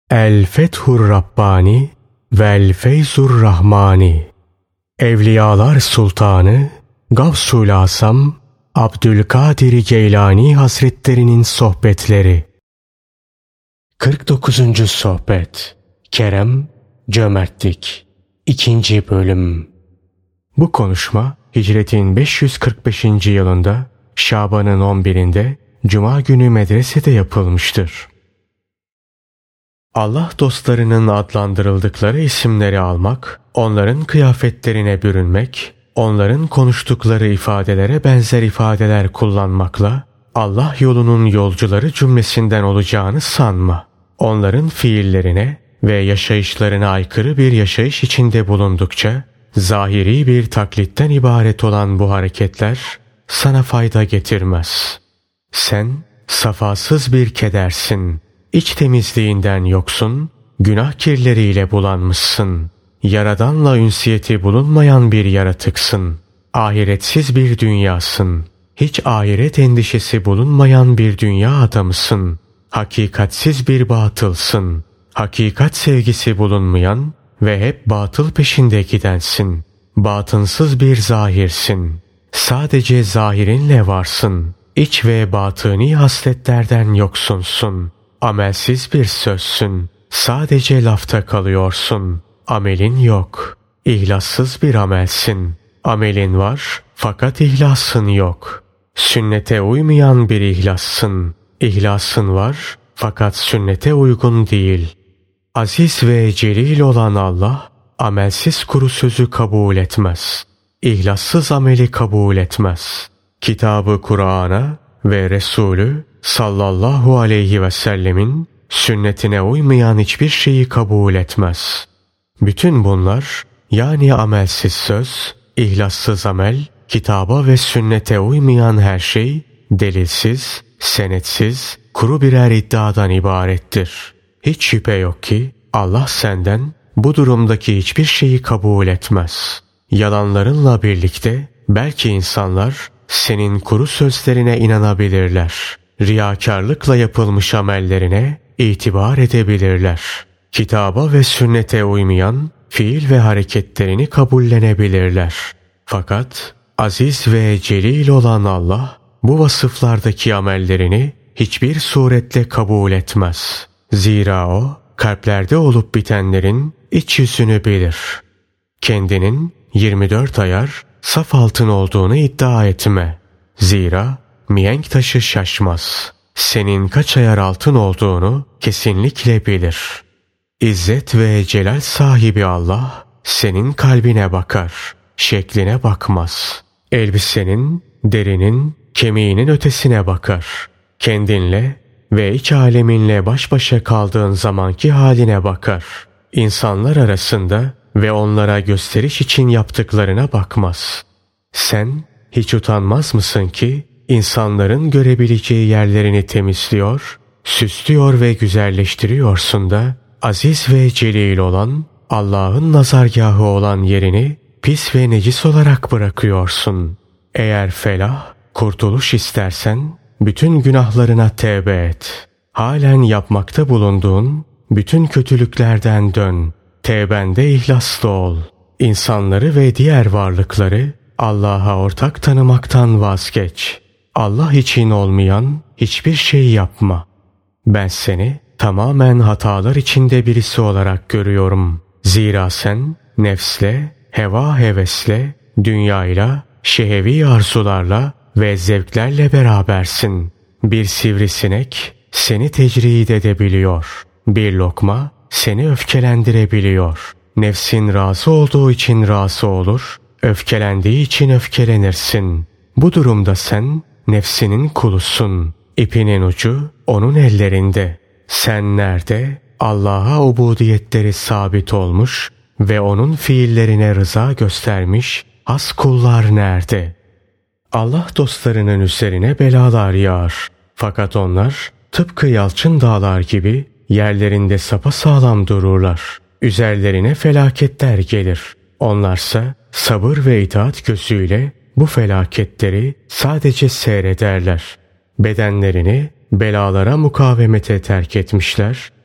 El Fethur Rabbani vel Feyzur Rahmani. Evliyalar Sultanı Gavsul Asam Abdülkadir Geylani Hazretlerinin sohbetleri. 49. sohbet. Kerem, Cömertlik. 2. bölüm. Bu konuşma Hicretin 545. yılında Şaban'ın 11'inde Cuma günü medresede yapılmıştır. Allah dostlarının adlandırıldıkları isimleri almak, onların kıyafetlerine bürünmek, onların konuştukları ifadelere benzer ifadeler kullanmakla Allah yolunun yolcuları cümlesinden olacağını sanma. Onların fiillerine ve yaşayışlarına aykırı bir yaşayış içinde bulundukça, zahiri bir taklitten ibaret olan bu hareketler sana fayda getirmez. Sen safasız bir kedersin. İç temizliğinden yoksun, günah kirleriyle bulanmışsın. Yaradanla ünsiyeti bulunmayan bir yaratıksın. Ahiretsiz bir dünyasın. Hiç ahiret endişesi bulunmayan bir dünya adamısın. Hakikatsiz bir batılsın. Hakikat sevgisi bulunmayan ve hep batıl peşinde gidensin. Batınsız bir zahirsin. Sadece zahirinle varsın. İç ve batıni hasletlerden yoksunsun. Amelsiz bir sözsün. Sadece lafta kalıyorsun. Amelin yok. İhlassız bir amelsin. Amelin var fakat ihlasın yok. Sünnete uymayan bir ihlassın. İhlasın var fakat sünnete uygun değil. Aziz ve celil olan Allah amelsiz kuru sözü kabul etmez. İhlassız ameli kabul etmez. Kitabı Kur'an'a ve Resulü sallallahu aleyhi ve sellemin sünnetine uymayan hiçbir şeyi kabul etmez. Bütün bunlar yani amelsiz söz, ihlassız amel, kitaba ve sünnete uymayan her şey delilsiz, senetsiz, kuru birer iddiadan ibarettir. Hiç şüphe yok ki Allah senden bu durumdaki hiçbir şeyi kabul etmez. Yalanlarınla birlikte belki insanlar senin kuru sözlerine inanabilirler. Riyakarlıkla yapılmış amellerine itibar edebilirler. Kitaba ve sünnete uymayan fiil ve hareketlerini kabullenebilirler. Fakat aziz ve celil olan Allah bu vasıflardaki amellerini hiçbir suretle kabul etmez. Zira o kalplerde olup bitenlerin iç yüzünü bilir. Kendinin 24 ayar saf altın olduğunu iddia etme. Zira mihenk taşı şaşmaz. Senin kaç ayar altın olduğunu kesinlikle bilir. İzzet ve celal sahibi Allah senin kalbine bakar, şekline bakmaz. Elbisenin, derinin, kemiğinin ötesine bakar. Kendinle ve iç aleminle baş başa kaldığın zamanki haline bakar. İnsanlar arasında ve onlara gösteriş için yaptıklarına bakmaz. Sen hiç utanmaz mısın ki insanların görebileceği yerlerini temizliyor, süslüyor ve güzelleştiriyorsun da aziz ve celil olan Allah'ın nazargahı olan yerini pis ve necis olarak bırakıyorsun. Eğer felah, kurtuluş istersen bütün günahlarına tevbe et. Halen yapmakta bulunduğun bütün kötülüklerden dön. Tevbende ihlaslı ol. İnsanları ve diğer varlıkları Allah'a ortak tanımaktan vazgeç. Allah için olmayan hiçbir şey yapma. Ben seni tamamen hatalar içinde birisi olarak görüyorum. Zira sen nefsle, heva hevesle, dünyayla, şehevi arzularla ve zevklerle berabersin. Bir sivrisinek seni tecrid edebiliyor. Bir lokma seni öfkelendirebiliyor. Nefsin razı olduğu için razı olur, öfkelendiği için öfkelenirsin. Bu durumda sen nefsinin kulusun. İpinin ucu onun ellerinde. Sen nerede? Allah'a ubudiyetleri sabit olmuş ve onun fiillerine rıza göstermiş has kullar nerede? Allah dostlarının üzerine belalar yağar. Fakat onlar tıpkı yalçın dağlar gibi yerlerinde sapasağlam dururlar. Üzerlerine felaketler gelir. Onlarsa sabır ve itaat gözüyle bu felaketleri sadece seyrederler. Bedenlerini belalara mukavemete terk etmişler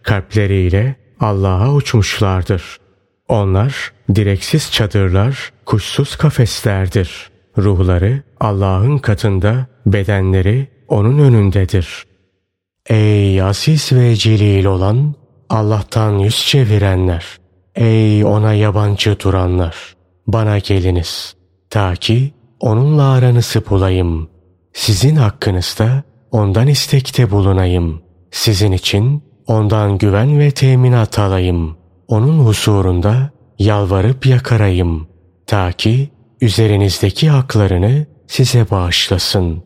kalpleriyle Allah'a uçmuşlardır. Onlar direksiz çadırlar, kuşsuz kafeslerdir. Ruhları Allah'ın katında, bedenleri onun önündedir. Ey aziz ve celil olan, Allah'tan yüz çevirenler! Ey ona yabancı duranlar! Bana geliniz, ta ki onunla aranızı bulayım. Sizin hakkınızda ondan istekte bulunayım. Sizin için ondan güven ve teminat alayım. Onun huzurunda yalvarıp yakarayım. Ta ki üzerinizdeki haklarını size bağışlasın.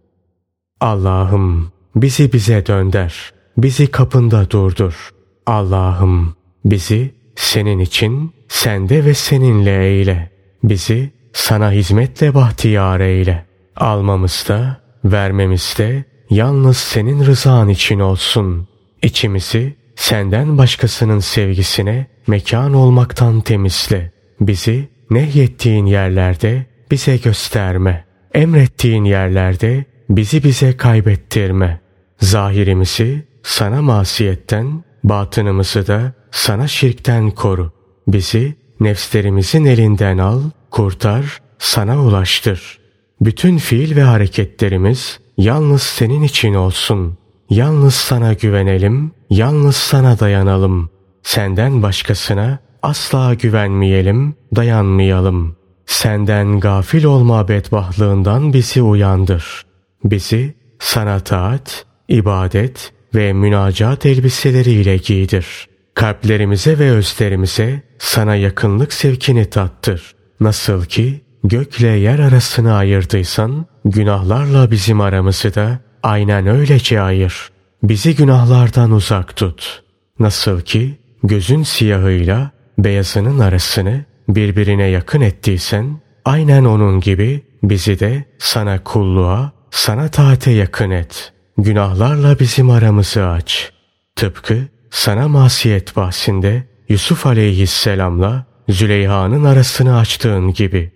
Allah'ım bizi bize dönder. Bizi kapında durdur. Allah'ım bizi senin için, sende ve seninle eyle. Bizi sana hizmetle bahtiyar eyle. Almamızda, vermemizde yalnız senin rızan için olsun. İçimizi senden başkasının sevgisine mekan olmaktan temizle. Bizi nehyettiğin yerlerde bize gösterme. Emrettiğin yerlerde bize kaybettirme. Zahirimizi sana masiyetten, batınımızı da sana şirkten koru. Bizi nefslerimizin elinden al, kurtar, sana ulaştır. Bütün fiil ve hareketlerimiz yalnız senin için olsun. Yalnız sana güvenelim, yalnız sana dayanalım. Senden başkasına asla güvenmeyelim, dayanmayalım. Senden gafil olma bedbahtlığından bizi uyandır. Bizi sana taat, ibadet ve münacat elbiseleriyle giydir. Kalplerimize ve özlerimize sana yakınlık sevkini tattır. Nasıl ki gökle yer arasını ayırdıysan, günahlarla bizim aramızı da aynen öylece ayır. Bizi günahlardan uzak tut. Nasıl ki gözün siyahıyla beyazının arasını birbirine yakın ettiysen, aynen onun gibi bizi de sana kulluğa, sana taate yakın et. Günahlarla bizim aramızı aç. Tıpkı sana masiyet bahsinde Yusuf aleyhisselamla Züleyha'nın arasını açtığın gibi.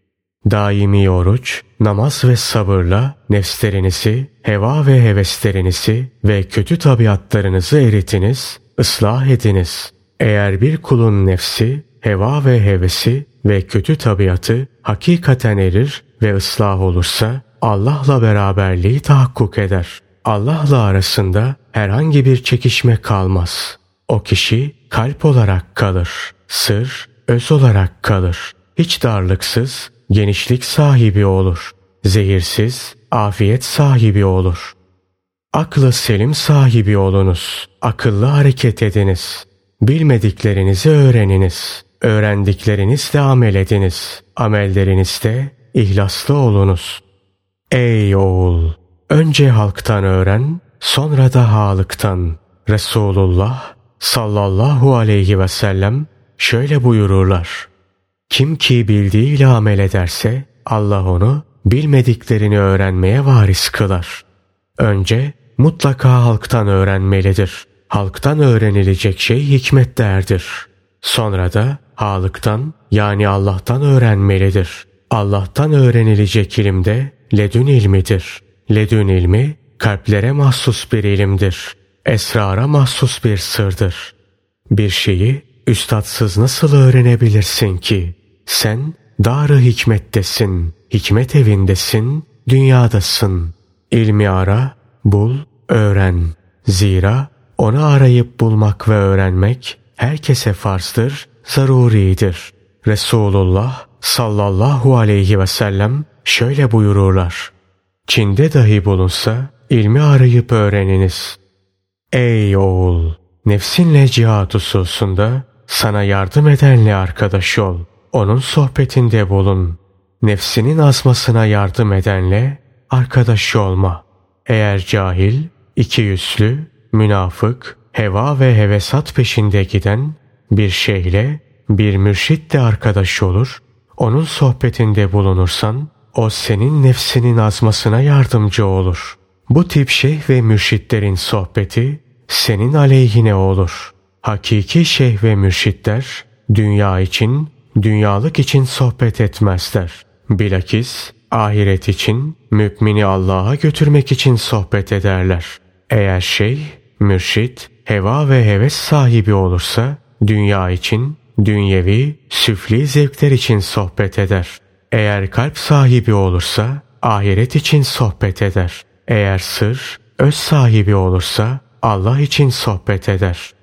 Daimi oruç, namaz ve sabırla nefslerinizi, heva ve heveslerinizi ve kötü tabiatlarınızı eritiniz, ıslah ediniz. Eğer bir kulun nefsi, heva ve hevesi ve kötü tabiatı hakikaten erir ve ıslah olursa, Allah'la beraberliği tahakkuk eder. Allah'la arasında herhangi bir çekişme kalmaz. O kişi kalp olarak kalır. Sır, öz olarak kalır. Hiç darlıksız, genişlik sahibi olur. Zehirsiz, afiyet sahibi olur. Aklı selim sahibi olunuz. Akıllı hareket ediniz. Bilmediklerinizi öğreniniz. Öğrendiklerinizle amel ediniz. Amellerinizde ihlaslı olunuz. Ey oğul! Önce halktan öğren, sonra da halıktan. Resulullah sallallahu aleyhi ve sellem şöyle buyururlar. Kim ki bildiğiyle amel ederse Allah onu bilmediklerini öğrenmeye varis kılar. Önce mutlaka halktan öğrenmelidir. Halktan öğrenilecek şey hikmetlerdir. Sonra da halıktan yani Allah'tan öğrenmelidir. Allah'tan öğrenilecek ilim de ledün ilmidir. Ledün ilmi kalplere mahsus bir ilimdir. Esrara mahsus bir sırdır. Bir şeyi üstadsız nasıl öğrenebilirsin ki? Sen dar-ı hikmettesin, hikmet evindesin, dünyadasın. İlmi ara, bul, öğren. Zira onu arayıp bulmak ve öğrenmek herkese farzdır, zaruridir. Resulullah sallallahu aleyhi ve sellem şöyle buyururlar. Çin'de dahi bulunsa ilmi arayıp öğreniniz. Ey oğul! Nefsinle cihat hususunda sana yardım edenle arkadaş ol. Onun sohbetinde bulun. Nefsinin azmasına yardım edenle arkadaş olma. Eğer cahil, ikiyüzlü, münafık, heva ve hevesat peşinde giden bir şeyhle, bir mürşitle arkadaş olur, onun sohbetinde bulunursan, o senin nefsinin azmasına yardımcı olur. Bu tip şeyh ve mürşitlerin sohbeti senin aleyhine olur. Hakiki şeyh ve mürşitler dünya için, dünyalık için sohbet etmezler. Bilakis ahiret için, mümini Allah'a götürmek için sohbet ederler. Eğer şeyh, mürşit heva ve heves sahibi olursa dünya için, dünyevi, süfli zevkler için sohbet eder. Eğer kalp sahibi olursa ahiret için sohbet eder. Eğer sır, öz sahibi olursa Allah için sohbet eder.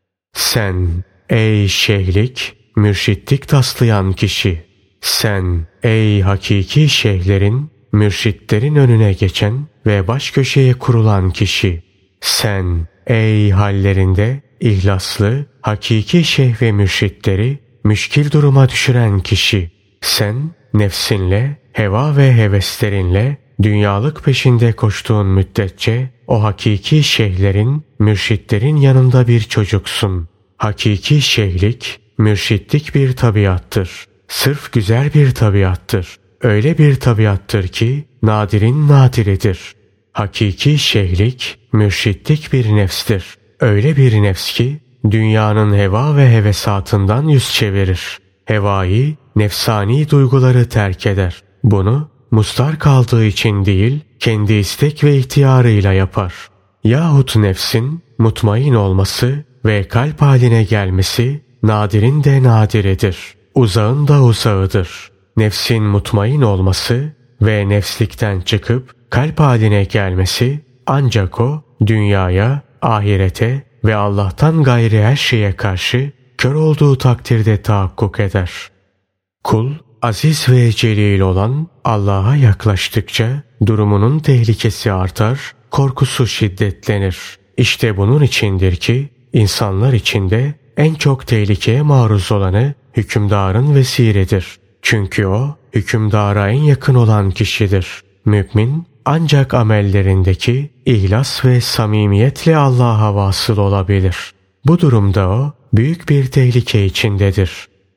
Sen ey şeyhlik, mürşitlik taslayan kişi, sen ey hakiki şeyhlerin, mürşitlerin önüne geçen ve baş köşeye kurulan kişi, sen ey hallerinde ihlaslı, hakiki şeyh ve mürşitleri müşkil duruma düşüren kişi, sen nefsinle, heva ve heveslerinle dünyalık peşinde koştuğun müddetçe o hakiki şeyhlerin, mürşitlerin yanında bir çocuksun. Hakiki şeyhlik, mürşitlik bir tabiattır. Sırf güzel bir tabiattır. Öyle bir tabiattır ki nadirin nadiridir. Hakiki şeyhlik, mürşitlik bir nefstir. Öyle bir nefs ki dünyanın heva ve hevesatından yüz çevirir. Hevai, nefsani duyguları terk eder. Bunu mustar kaldığı için değil, kendi istek ve ihtiyarıyla yapar. Yahut nefsin mutmain olması ve kalp haline gelmesi nadirin de nadiridir. Uzağın da uzağıdır. Nefsin mutmain olması ve nefslikten çıkıp kalp haline gelmesi ancak o dünyaya, ahirete ve Allah'tan gayri her şeye karşı kör olduğu takdirde tahakkuk eder. Kul, aziz ve celil olan Allah'a yaklaştıkça durumunun tehlikesi artar, korkusu şiddetlenir. İşte bunun içindir ki insanlar içinde en çok tehlikeye maruz olanı hükümdarın veziridir. Çünkü o hükümdara en yakın olan kişidir. Mümin ancak amellerindeki ihlas ve samimiyetle Allah'a vasıl olabilir. Bu durumda o büyük bir tehlike içindedir.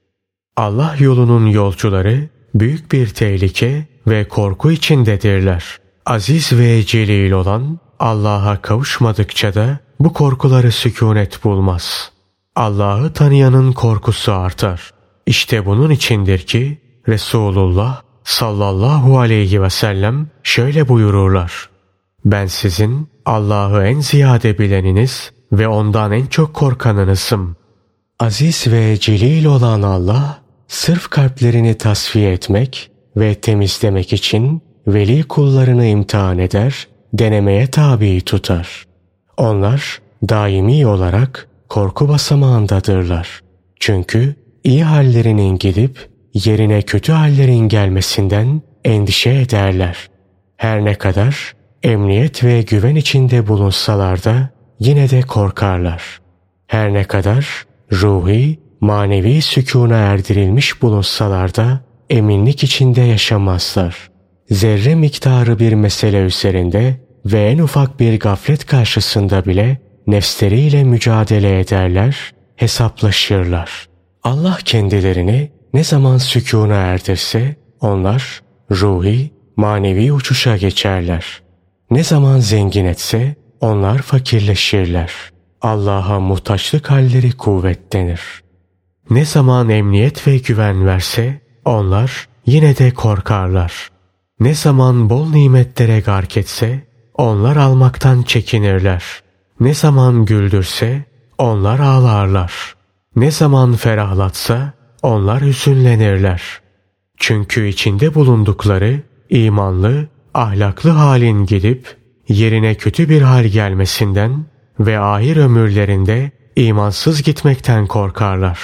Allah yolunun yolcuları büyük bir tehlike ve korku içindedirler. Aziz ve celil olan Allah'a kavuşmadıkça da bu korkuları sükûnet bulmaz. Allah'ı tanıyanın korkusu artar. İşte bunun içindir ki Resulullah sallallahu aleyhi ve sellem şöyle buyururlar: ben sizin Allah'ı en ziyade bileniniz ve ondan en çok korkanınızım. Aziz ve celil olan Allah sırf kalplerini tasfiye etmek ve temizlemek için veli kullarını imtihan eder, denemeye tabi tutar. Onlar daimi olarak korku basamağındadırlar. Çünkü iyi hallerinin gidip yerine kötü hallerin gelmesinden endişe ederler. Her ne kadar emniyet ve güven içinde bulunsalar da yine de korkarlar. Her ne kadar ruhi, manevi sükûna erdirilmiş bulunsalar da eminlik içinde yaşamazlar. Zerre miktarı bir mesele üzerinde ve en ufak bir gaflet karşısında bile nefsleriyle mücadele ederler, hesaplaşırlar. Allah kendilerini ne zaman sükûna erdirse onlar ruhi, manevi uçuşa geçerler. Ne zaman zengin etse onlar fakirleşirler. Allah'a muhtaçlık halleri kuvvetlenir. Ne zaman emniyet ve güven verse onlar yine de korkarlar. Ne zaman bol nimetlere gark etse onlar almaktan çekinirler. Ne zaman güldürse onlar ağlarlar. Ne zaman ferahlatsa onlar hüzünlenirler. Çünkü içinde bulundukları imanlı, ahlaklı halin gidip yerine kötü bir hal gelmesinden ve ahir ömürlerinde imansız gitmekten korkarlar.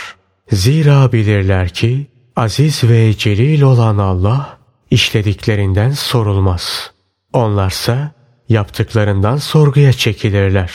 Zira bilirler ki aziz ve celil olan Allah işlediklerinden sorulmaz. Onlarsa yaptıklarından sorguya çekilirler.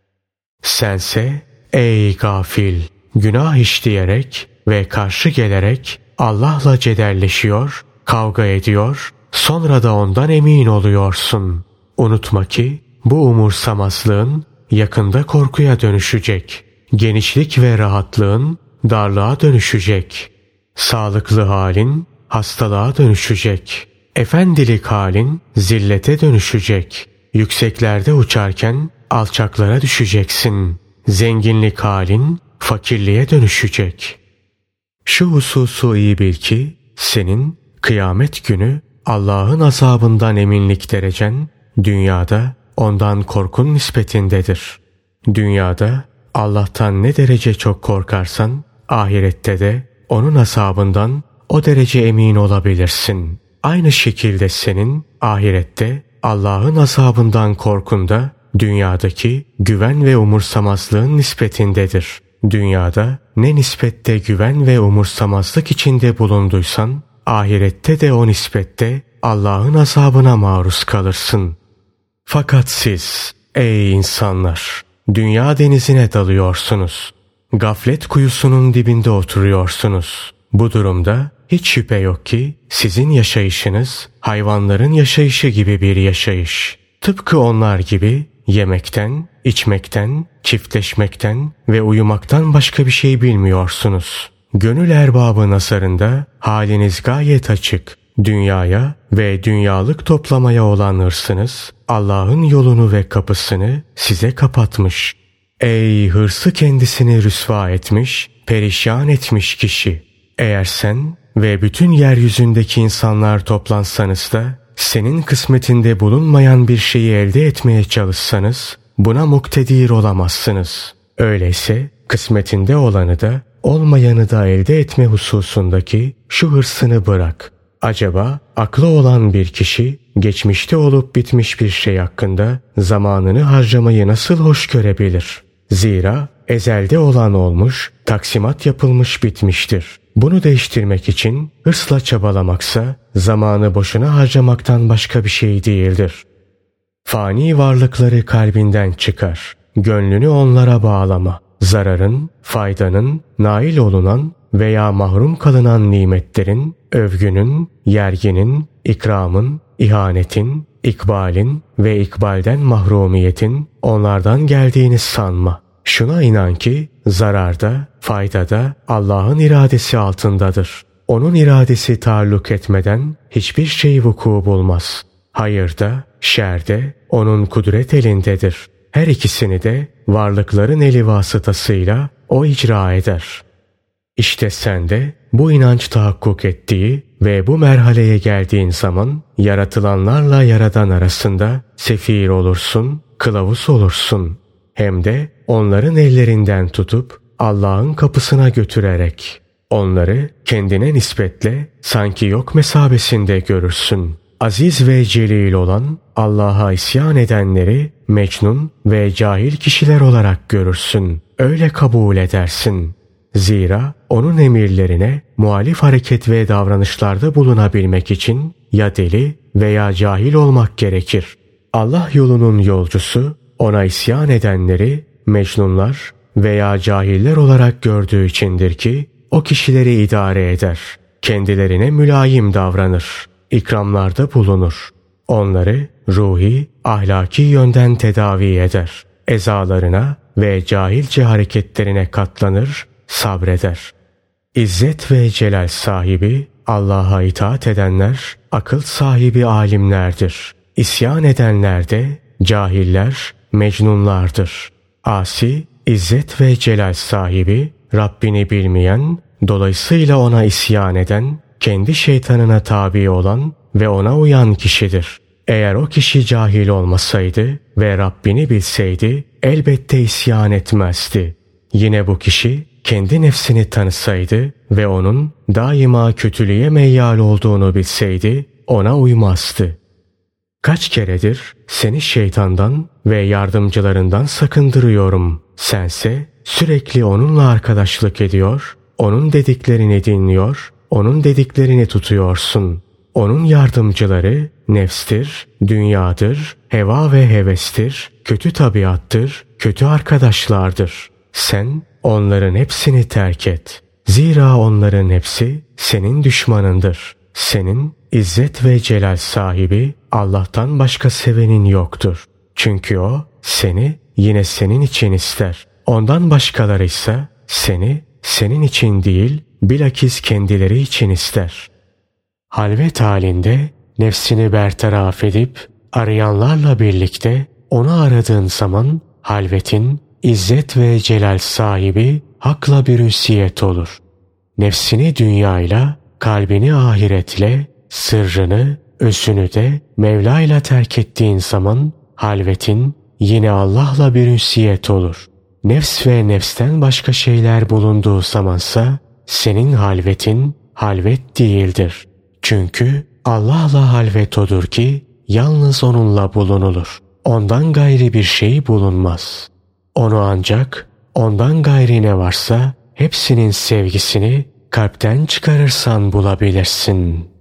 Sense ey gafil, günah işleyerek ve karşı gelerek Allah'la cederleşiyor, kavga ediyor, sonra da ondan emin oluyorsun. Unutma ki bu umursamazlığın yakında korkuya dönüşecek. Genişlik ve rahatlığın darlığa dönüşecek. Sağlıklı halin hastalığa dönüşecek. Efendilik halin zillete dönüşecek. Yükseklerde uçarken alçaklara düşeceksin. Zenginlik halin fakirliğe dönüşecek. Şu hususu iyi bil ki senin kıyamet günü Allah'ın azabından eminlik derecen dünyada ondan korkun nispetindedir. Dünyada Allah'tan ne derece çok korkarsan, ahirette de onun azabından o derece emin olabilirsin. Aynı şekilde senin ahirette Allah'ın azabından korkun da dünyadaki güven ve umursamazlığın nispetindedir. Dünyada ne nispette güven ve umursamazlık içinde bulunduysan, ahirette de o nispette Allah'ın azabına maruz kalırsın. Fakat siz, ey insanlar, dünya denizine dalıyorsunuz. Gaflet kuyusunun dibinde oturuyorsunuz. Bu durumda hiç şüphe yok ki sizin yaşayışınız hayvanların yaşayışı gibi bir yaşayış. Tıpkı onlar gibi yemekten, içmekten, çiftleşmekten ve uyumaktan başka bir şey bilmiyorsunuz. Gönül erbabı nazarında haliniz gayet açık. Dünyaya ve dünyalık toplamaya olan hırsınız Allah'ın yolunu ve kapısını size kapatmış. Ey hırsı kendisini rüsva etmiş, perişan etmiş kişi! Eğer sen ve bütün yeryüzündeki insanlar toplansanız da senin kısmetinde bulunmayan bir şeyi elde etmeye çalışsanız buna muktedir olamazsınız. Öyleyse kısmetinde olanı da olmayanı da elde etme hususundaki şu hırsını bırak. Acaba aklı olan bir kişi geçmişte olup bitmiş bir şey hakkında zamanını harcamayı nasıl hoş görebilir? Zira ezelde olan olmuş, taksimat yapılmış bitmiştir. Bunu değiştirmek için hırsla çabalamaksa zamanı boşuna harcamaktan başka bir şey değildir. Fani varlıkları kalbinden çıkar. Gönlünü onlara bağlama. Zararın, faydanın, nail olunan veya mahrum kalınan nimetlerin, övgünün, yerginin, ikramın, ihanetin, ikbalin ve ikbalden mahrumiyetin onlardan geldiğini sanma. Şuna inan ki zararda, faydada Allah'ın iradesi altındadır. Onun iradesi taalluk etmeden hiçbir şey vuku bulmaz. Hayırda, şerde onun kudret elindedir. Her ikisini de varlıkların eli vasıtasıyla o icra eder. İşte sen de bu inanç tahakkuk ettiği ve bu merhaleye geldiğin zaman yaratılanlarla Yaradan arasında sefir olursun, kılavuz olursun. Hem de onların ellerinden tutup Allah'ın kapısına götürerek onları kendine nispetle sanki yok mesabesinde görürsün. Aziz ve celil olan Allah'a isyan edenleri mecnun ve cahil kişiler olarak görürsün. Öyle kabul edersin. Zira onun emirlerine muhalif hareket ve davranışlarda bulunabilmek için ya deli veya cahil olmak gerekir. Allah yolunun yolcusu ona isyan edenleri mecnunlar veya cahiller olarak gördüğü içindir ki o kişileri idare eder. Kendilerine mülayim davranır. İkramlarda bulunur. Onları ruhi, ahlaki yönden tedavi eder. Ezalarına ve cahilce hareketlerine katlanır, sabreder. İzzet ve celal sahibi, Allah'a itaat edenler, akıl sahibi alimlerdir. İsyan edenler de cahiller, mecnunlardır. Asi, izzet ve celal sahibi, Rabbini bilmeyen, dolayısıyla ona isyan eden, kendi şeytanına tabi olan ve ona uyan kişidir. Eğer o kişi cahil olmasaydı ve Rabbini bilseydi elbette isyan etmezdi. Yine bu kişi kendi nefsini tanısaydı ve onun daima kötülüğe meyyal olduğunu bilseydi ona uymazdı. Kaç keredir seni şeytandan ve yardımcılarından sakındırıyorum. Sense sürekli onunla arkadaşlık ediyor, onun dediklerini dinliyor, onun dediklerini tutuyorsun. Onun yardımcıları nefstir, dünyadır, heva ve hevestir, kötü tabiattır, kötü arkadaşlardır. Sen onların hepsini terk et. Zira onların hepsi senin düşmanındır. Senin izzet ve celal sahibi Allah'tan başka sevenin yoktur. Çünkü o seni yine senin için ister. Ondan başkaları ise seni senin için değil, bilakis kendileri için ister. Halvet halinde nefsini bertaraf edip arayanlarla birlikte onu aradığın zaman halvetin izzet ve celal sahibi hakla bir ünsiyet olur. Nefsini dünyayla, kalbini ahiretle, sırrını, özünü de Mevla'yla terk ettiğin zaman halvetin yine Allah'la bir ünsiyet olur. Nefs ve nefsten başka şeyler bulunduğu zamansa senin halvetin halvet değildir. Çünkü Allah'la halvet odur ki yalnız onunla bulunulur. Ondan gayri bir şey bulunmaz. Onu ancak ondan gayri ne varsa hepsinin sevgisini kalpten çıkarırsan bulabilirsin.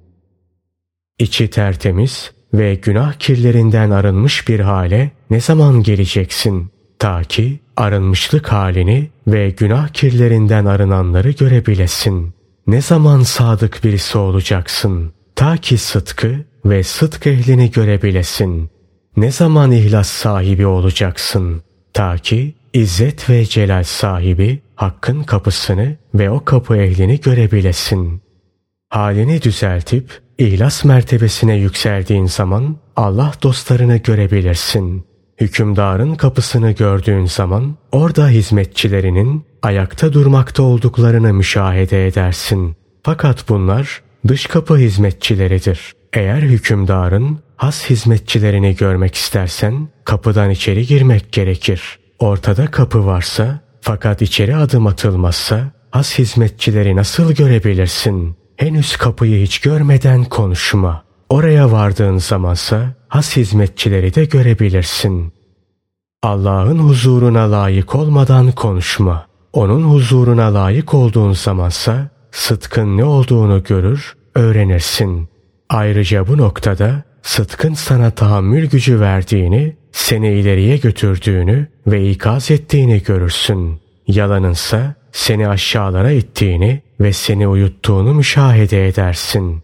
İçi tertemiz ve günah kirlerinden arınmış bir hale ne zaman geleceksin? Ta ki arınmışlık halini ve günah kirlerinden arınanları görebilesin. Ne zaman sadık birisi olacaksın? Ta ki sıdkı ve sıdk ehlini görebilesin. Ne zaman ihlas sahibi olacaksın? Ta ki İzzet ve celal sahibi hakkın kapısını ve o kapı ehlini görebilesin. Halini düzeltip ihlas mertebesine yükseldiğin zaman Allah dostlarını görebilirsin. Hükümdarın kapısını gördüğün zaman orada hizmetçilerinin ayakta durmakta olduklarını müşahede edersin. Fakat bunlar dış kapı hizmetçileridir. Eğer hükümdarın has hizmetçilerini görmek istersen kapıdan içeri girmek gerekir. Ortada kapı varsa fakat içeri adım atılmazsa has hizmetçileri nasıl görebilirsin? Henüz kapıyı hiç görmeden konuşma. Oraya vardığın zamansa has hizmetçileri de görebilirsin. Allah'ın huzuruna layık olmadan konuşma. Onun huzuruna layık olduğun zamansa sıdkın ne olduğunu görür, öğrenirsin. Ayrıca bu noktada sıdkın sana tahammül gücü verdiğini, seni ileriye götürdüğünü ve ikaz ettiğini görürsün. Yalanınsa seni aşağılara ittiğini ve seni uyuttuğunu müşahede edersin.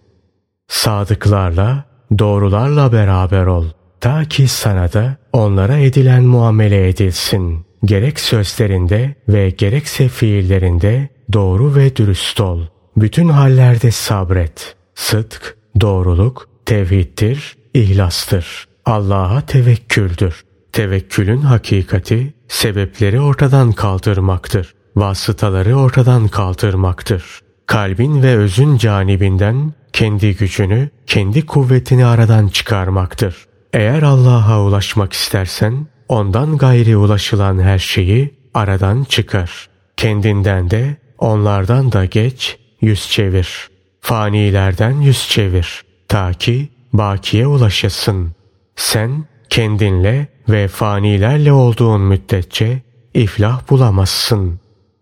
Sadıklarla, doğrularla beraber ol. Ta ki sana da onlara edilen muamele edilsin. Gerek sözlerinde ve gerekse fiillerinde doğru ve dürüst ol. Bütün hallerde sabret. Sıdk, doğruluk, tevhiddir, ihlastır. Allah'a tevekküldür. Tevekkülün hakikati, sebepleri ortadan kaldırmaktır. Vasıtaları ortadan kaldırmaktır. Kalbin ve özün canibinden kendi gücünü, kendi kuvvetini aradan çıkarmaktır. Eğer Allah'a ulaşmak istersen, ondan gayri ulaşılan her şeyi aradan çıkar. Kendinden de, onlardan da geç, yüz çevir. Fanilerden yüz çevir. Ta ki bakiye ulaşasın. Sen kendinle ve fanilerle olduğun müddetçe iflah bulamazsın.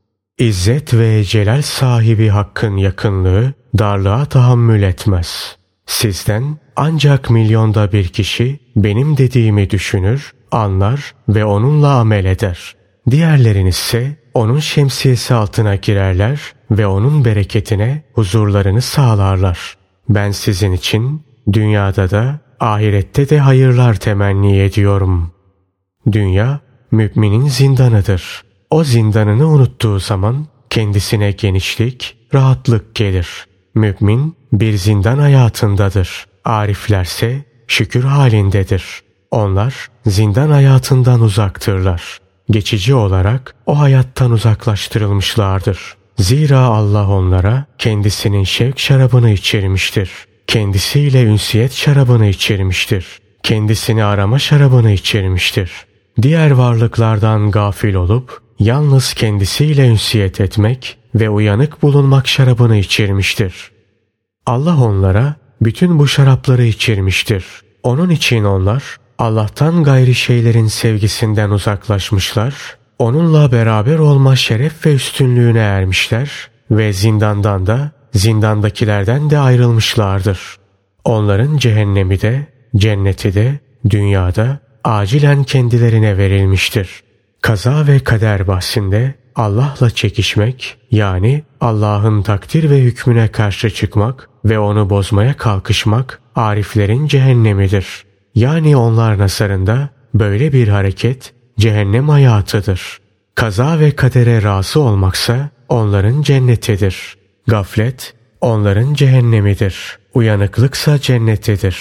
İzzet ve celal sahibi hakkın yakınlığı darlığa tahammül etmez. Sizden ancak milyonda bir kişi benim dediğimi düşünür, anlar ve onunla amel eder. Diğerleriniz ise onun şemsiyesi altına girerler ve onun bereketine huzurlarını sağlarlar. Ben sizin için dünyada da ahirette de hayırlar temenni ediyorum. Dünya müminin zindanıdır. O zindanını unuttuğu zaman kendisine genişlik, rahatlık gelir. Mümin bir zindan hayatındadır. Ariflerse şükür halindedir. Onlar zindan hayatından uzaktırlar. Geçici olarak o hayattan uzaklaştırılmışlardır. Zira Allah onlara kendisinin şevk şarabını içirmiştir. Kendisiyle ünsiyet şarabını içirmiştir. Kendisini arama şarabını içirmiştir. Diğer varlıklardan gafil olup yalnız kendisiyle ünsiyet etmek ve uyanık bulunmak şarabını içirmiştir. Allah onlara bütün bu şarapları içirmiştir. Onun için onlar Allah'tan gayri şeylerin sevgisinden uzaklaşmışlar, onunla beraber olma şeref ve üstünlüğüne ermişler ve zindandan da zindandakilerden de ayrılmışlardır. Onların cehennemi de cenneti de dünyada acilen kendilerine verilmiştir. Kaza ve kader bahsinde Allah'la çekişmek, yani Allah'ın takdir ve hükmüne karşı çıkmak ve onu bozmaya kalkışmak ariflerin cehennemidir. Yani onlar nazarında böyle bir hareket cehennem hayatıdır. Kaza ve kadere razı olmaksa onların cennetidir. Gaflet onların cehennemidir. Uyanıklıksa cennetidir.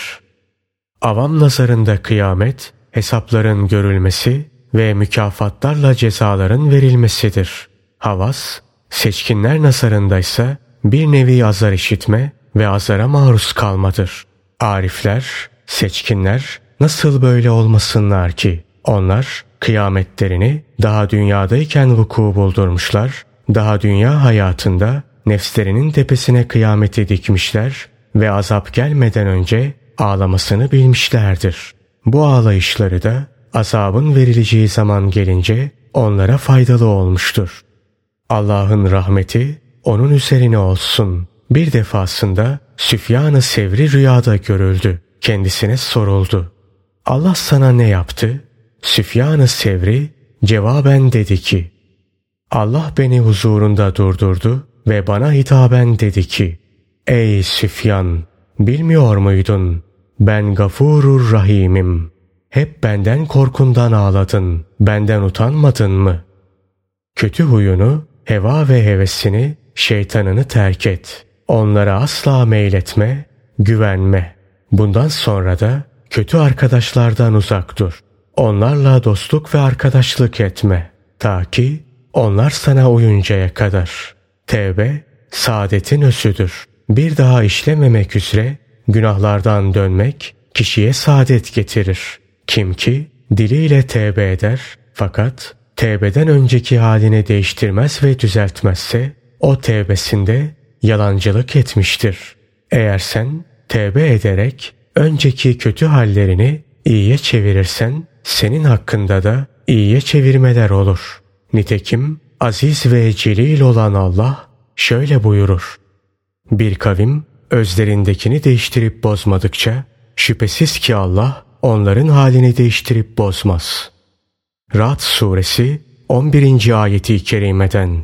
Avam nazarında kıyamet, hesapların görülmesi ve mükafatlarla cezaların verilmesidir. Havas, seçkinler nazarındaysa bir nevi azar işitme ve azara maruz kalmadır. Arifler, seçkinler nasıl böyle olmasınlar ki? Onlar kıyametlerini daha dünyadayken vuku buldurmuşlar, daha dünya hayatında nefslerinin tepesine kıyameti dikmişler ve azap gelmeden önce ağlamasını bilmişlerdir. Bu ağlayışları da azabın verileceği zaman gelince onlara faydalı olmuştur. Allah'ın rahmeti onun üzerine olsun. Bir defasında Süfyan-ı Sevri rüyada görüldü. Kendisine soruldu: Allah sana ne yaptı? Süfyan-ı Sevri cevaben dedi ki: Allah beni huzurunda durdurdu ve bana hitaben dedi ki: Ey Süfyan, bilmiyor muydun? Ben Gafurur Rahim'im. Hep benden korkundan ağladın, benden utanmadın mı? Kötü huyunu, heva ve hevesini, şeytanını terk et. Onlara asla meyletme, güvenme. Bundan sonra da kötü arkadaşlardan uzak dur. Onlarla dostluk ve arkadaşlık etme. Ta ki onlar sana uyuncaya kadar. Tevbe, saadetin özüdür. Bir daha işlememek üzere günahlardan dönmek kişiye saadet getirir. Kim ki diliyle tevbe eder fakat tevbeden önceki halini değiştirmez ve düzeltmezse o tevbesinde yalancılık etmiştir. Eğer sen tevbe ederek önceki kötü hallerini iyiye çevirirsen senin hakkında da iyiye çevirmeler olur. Nitekim aziz ve celil olan Allah şöyle buyurur: Bir kavim özlerindekini değiştirip bozmadıkça şüphesiz ki Allah onların halini değiştirip bozmaz. Ra'd suresi 11. ayeti kerimeden.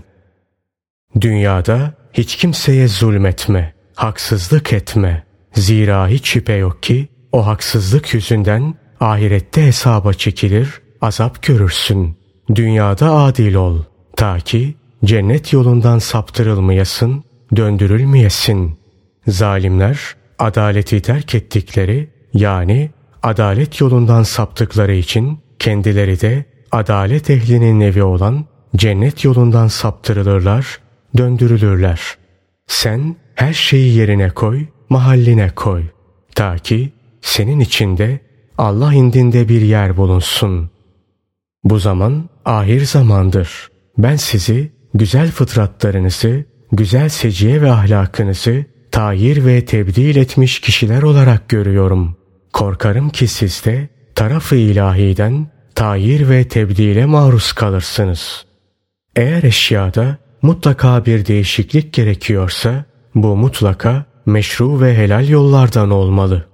Dünyada hiç kimseye zulmetme, haksızlık etme. Zira hiç şüphe yok ki o haksızlık yüzünden ahirette hesaba çekilir, azap görürsün. Dünyada adil ol, ta ki cennet yolundan saptırılmayasın, döndürülmeyesin. Zalimler adaleti terk ettikleri, yani adalet yolundan saptıkları için kendileri de adalet ehlinin evi olan cennet yolundan saptırılırlar, döndürülürler. Sen her şeyi yerine koy, mahalline koy. Ta ki senin içinde Allah indinde bir yer bulunsun. Bu zaman ahir zamandır. Ben sizi güzel fıtratlarınızı, güzel seciye ve ahlakınızı tayir ve tebdil etmiş kişiler olarak görüyorum. Korkarım ki siz de taraf-ı ilahiden tayir ve tebdile maruz kalırsınız. Eğer eşyada mutlaka bir değişiklik gerekiyorsa bu mutlaka meşru ve helal yollardan olmalı.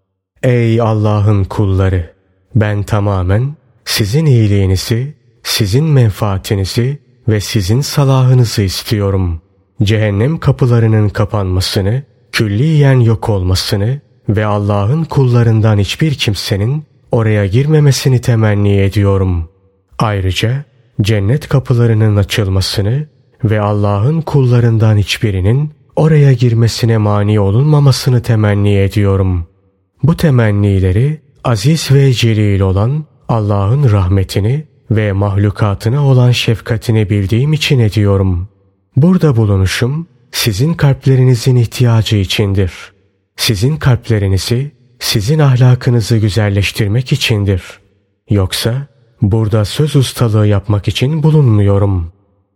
Ey Allah'ın kulları! Ben tamamen sizin iyiliğinizi, sizin menfaatinizi ve sizin salahınızı istiyorum. Cehennem kapılarının kapanmasını, külliyen yok olmasını ve Allah'ın kullarından hiçbir kimsenin oraya girmemesini temenni ediyorum. Ayrıca cennet kapılarının açılmasını ve Allah'ın kullarından hiçbirinin oraya girmesine mani olunmamasını temenni ediyorum. Bu temennileri aziz ve celil olan Allah'ın rahmetini ve mahlukatına olan şefkatini bildiğim için ediyorum. Burada bulunuşum sizin kalplerinizin ihtiyacı içindir. Sizin kalplerinizi, sizin ahlakınızı güzelleştirmek içindir. Yoksa burada söz ustalığı yapmak için bulunmuyorum.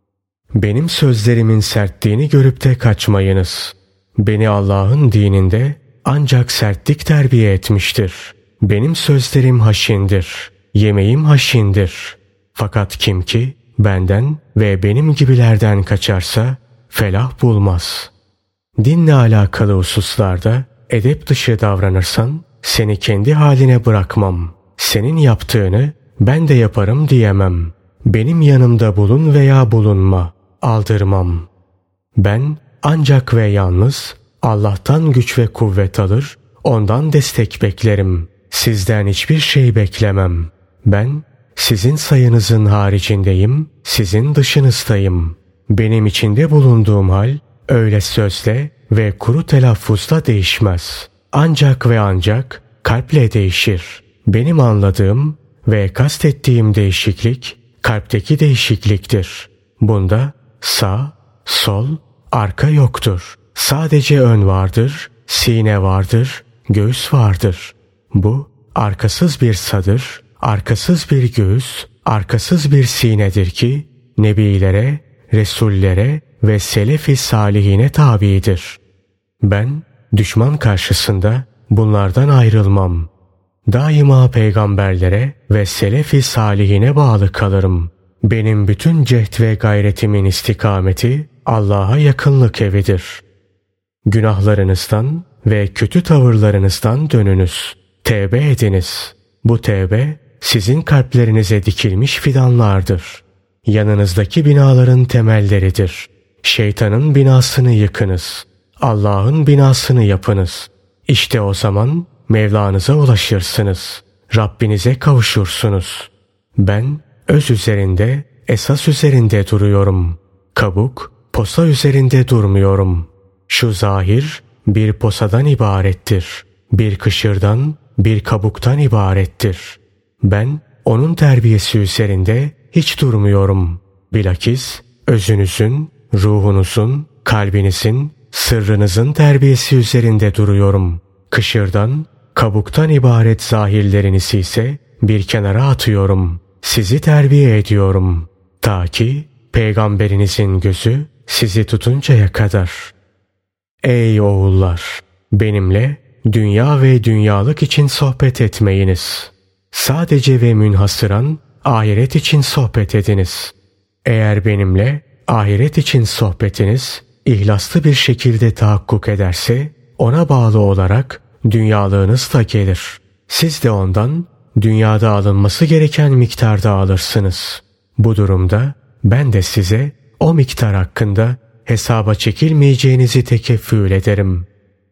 Benim sözlerimin sertliğini görüp de kaçmayınız. Beni Allah'ın dininde ancak sertlik terbiye etmiştir. Benim sözlerim haşindir, yemeğim haşindir. Fakat kim ki benden ve benim gibilerden kaçarsa felah bulmaz. Dinle alakalı hususlarda edep dışı davranırsan seni kendi haline bırakmam. Senin yaptığını ben de yaparım diyemem. Benim yanımda bulun veya bulunma, aldırmam. Ben ancak ve yalnız Allah'tan güç ve kuvvet alır, ondan destek beklerim. Sizden hiçbir şey beklemem. Ben sizin sayınızın haricindeyim, sizin dışınızdayım. Benim içinde bulunduğum hal öyle sözle ve kuru telaffuzla değişmez. Ancak ve ancak kalple değişir. Benim anladığım ve kastettiğim değişiklik kalpteki değişikliktir. Bunda sağ, sol, arka yoktur. Sadece ön vardır, sine vardır, göğüs vardır. Bu arkasız bir sadır, arkasız bir göğüs, arkasız bir sinedir ki nebilere, resullere ve selef-i salihine tabidir. Ben düşman karşısında bunlardan ayrılmam. Daima peygamberlere ve selef-i salihine bağlı kalırım. Benim bütün cehd ve gayretimin istikameti Allah'a yakınlık evidir. Günahlarınızdan ve kötü tavırlarınızdan dönünüz. Tevbe ediniz. Bu tevbe sizin kalplerinize dikilmiş fidanlardır. Yanınızdaki binaların temelleridir. Şeytanın binasını yıkınız. Allah'ın binasını yapınız. İşte o zaman Mevlanıza ulaşırsınız. Rabbinize kavuşursunuz. Ben öz üzerinde, esas üzerinde duruyorum. Kabuk, posa üzerinde durmuyorum. Şu zahir bir posadan ibarettir. Bir kışırdan, bir kabuktan ibarettir. Ben onun terbiyesi üzerinde hiç durmuyorum. Bilakis özünüzün, ruhunuzun, kalbinizin, sırrınızın terbiyesi üzerinde duruyorum. Kışırdan, kabuktan ibaret zahirlerinizi ise bir kenara atıyorum. Sizi terbiye ediyorum. Ta ki peygamberinizin gözü sizi tutuncaya kadar. Ey oğullar! Benimle dünya ve dünyalık için sohbet etmeyiniz. Sadece ve münhasıran ahiret için sohbet ediniz. Eğer benimle ahiret için sohbetiniz ihlaslı bir şekilde tahakkuk ederse ona bağlı olarak dünyalığınız da gelir. Siz de ondan dünyada alınması gereken miktarda alırsınız. Bu durumda ben de size o miktar hakkında hesaba çekilmeyeceğinizi tekeffül ederim.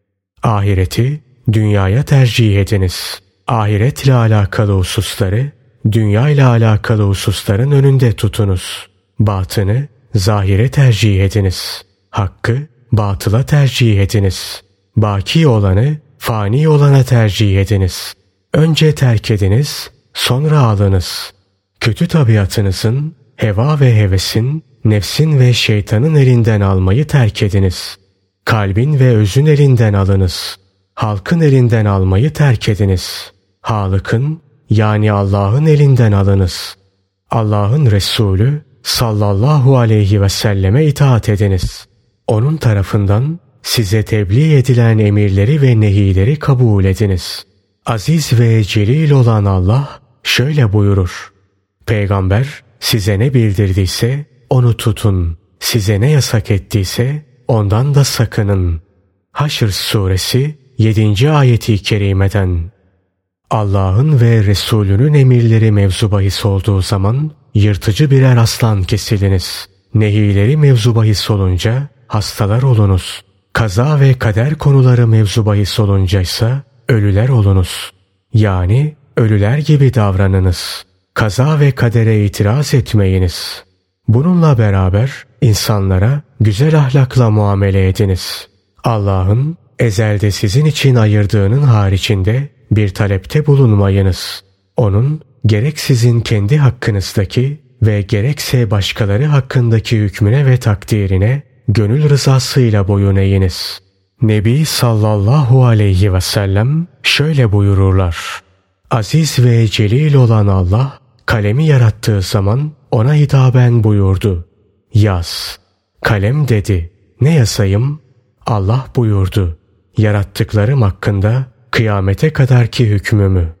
Ahireti dünyaya tercih ediniz. Ahiretle alakalı hususları dünya ile alakalı hususların önünde tutunuz. Batını zahire tercih ediniz. Hakkı batıla tercih ediniz. Baki olanı fani olana tercih ediniz. Önce terk ediniz, sonra alınız. Kötü tabiatınızın, heva ve hevesin, nefsin ve şeytanın elinden almayı terk ediniz. Kalbin ve özün elinden alınız. Halkın elinden almayı terk ediniz. Halık'ın yani Allah'ın elinden alınız. Allah'ın Resulü sallallahu aleyhi ve selleme itaat ediniz. Onun tarafından size tebliğ edilen emirleri ve nehileri kabul ediniz. Aziz ve celil olan Allah şöyle buyurur. Peygamber size ne bildirdiyse onu tutun. Size ne yasak ettiyse ondan da sakının. Haşr suresi 7. ayeti kerimeden. Allah'ın ve Resulünün emirleri mevzu bahis olduğu zaman yırtıcı birer aslan kesiliniz. Nehileri mevzu bahis olunca hastalar olunuz. Kaza ve kader konuları mevzu bahis oluncaysa ölüler olunuz. Yani ölüler gibi davranınız. Kaza ve kadere itiraz etmeyiniz. Bununla beraber insanlara güzel ahlakla muamele ediniz. Allah'ın ezelde sizin için ayırdığının haricinde bir talepte bulunmayınız. Onun gerek sizin kendi hakkınızdaki ve gerekse başkaları hakkındaki hükmüne ve takdirine gönül rızasıyla boyun eğiniz. Nebi sallallahu aleyhi ve sellem şöyle buyururlar. Aziz ve celil olan Allah kalemi yarattığı zaman ona hitaben buyurdu. Yaz. Kalem dedi. Ne yazayım? Allah buyurdu. Yarattıklarım hakkında kıyamete kadarki hükmümü.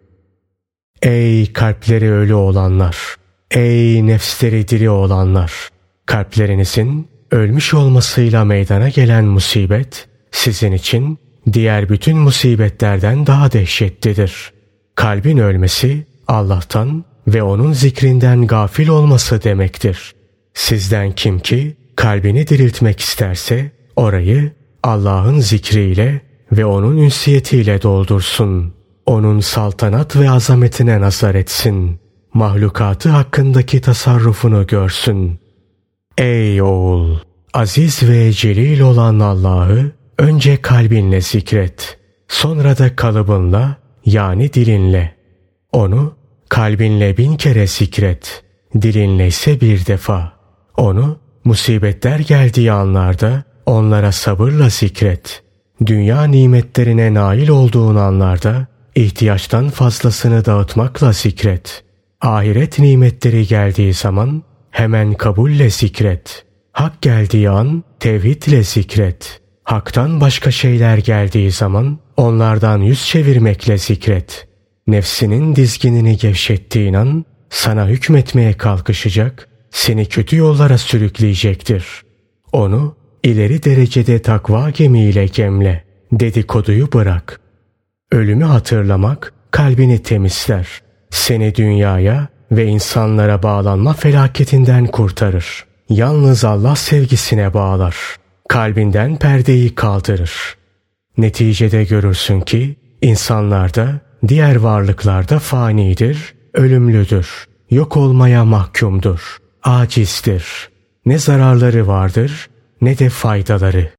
Ey kalpleri ölü olanlar! Ey nefsleri diri olanlar! Kalplerinizin ölmüş olmasıyla meydana gelen musibet sizin için diğer bütün musibetlerden daha dehşetlidir. Kalbin ölmesi Allah'tan ve onun zikrinden gafil olması demektir. Sizden kim ki kalbini diriltmek isterse orayı Allah'ın zikriyle ve onun ünsiyetiyle doldursun. Onun saltanat ve azametine nazar etsin. Mahlukatı hakkındaki tasarrufunu görsün. Ey oğul! Aziz ve celil olan Allah'ı önce kalbinle zikret. Sonra da kalıbınla yani dilinle. Onu kalbinle 1000 kere zikret. Dilinle ise bir defa. Onu musibetler geldiği anlarda onlara sabırla zikret. Dünya nimetlerine nail olduğun anlarda ihtiyaçtan fazlasını dağıtmakla zikret. Ahiret nimetleri geldiği zaman hemen kabulle zikret. Hak geldiği an tevhidle zikret. Hak'tan başka şeyler geldiği zaman onlardan yüz çevirmekle zikret. Nefsinin dizginini gevşettiğin an sana hükmetmeye kalkışacak, seni kötü yollara sürükleyecektir. Onu ileri derecede takva gemiyle gemle. Dedikoduyu bırak. Ölümü hatırlamak kalbini temizler. Seni dünyaya ve insanlara bağlanma felaketinden kurtarır. Yalnız Allah sevgisine bağlar. Kalbinden perdeyi kaldırır. Neticede görürsün ki insanlar da diğer varlıklar da fanidir, ölümlüdür, yok olmaya mahkumdur, acizdir. Ne zararları vardır ne de faydaları.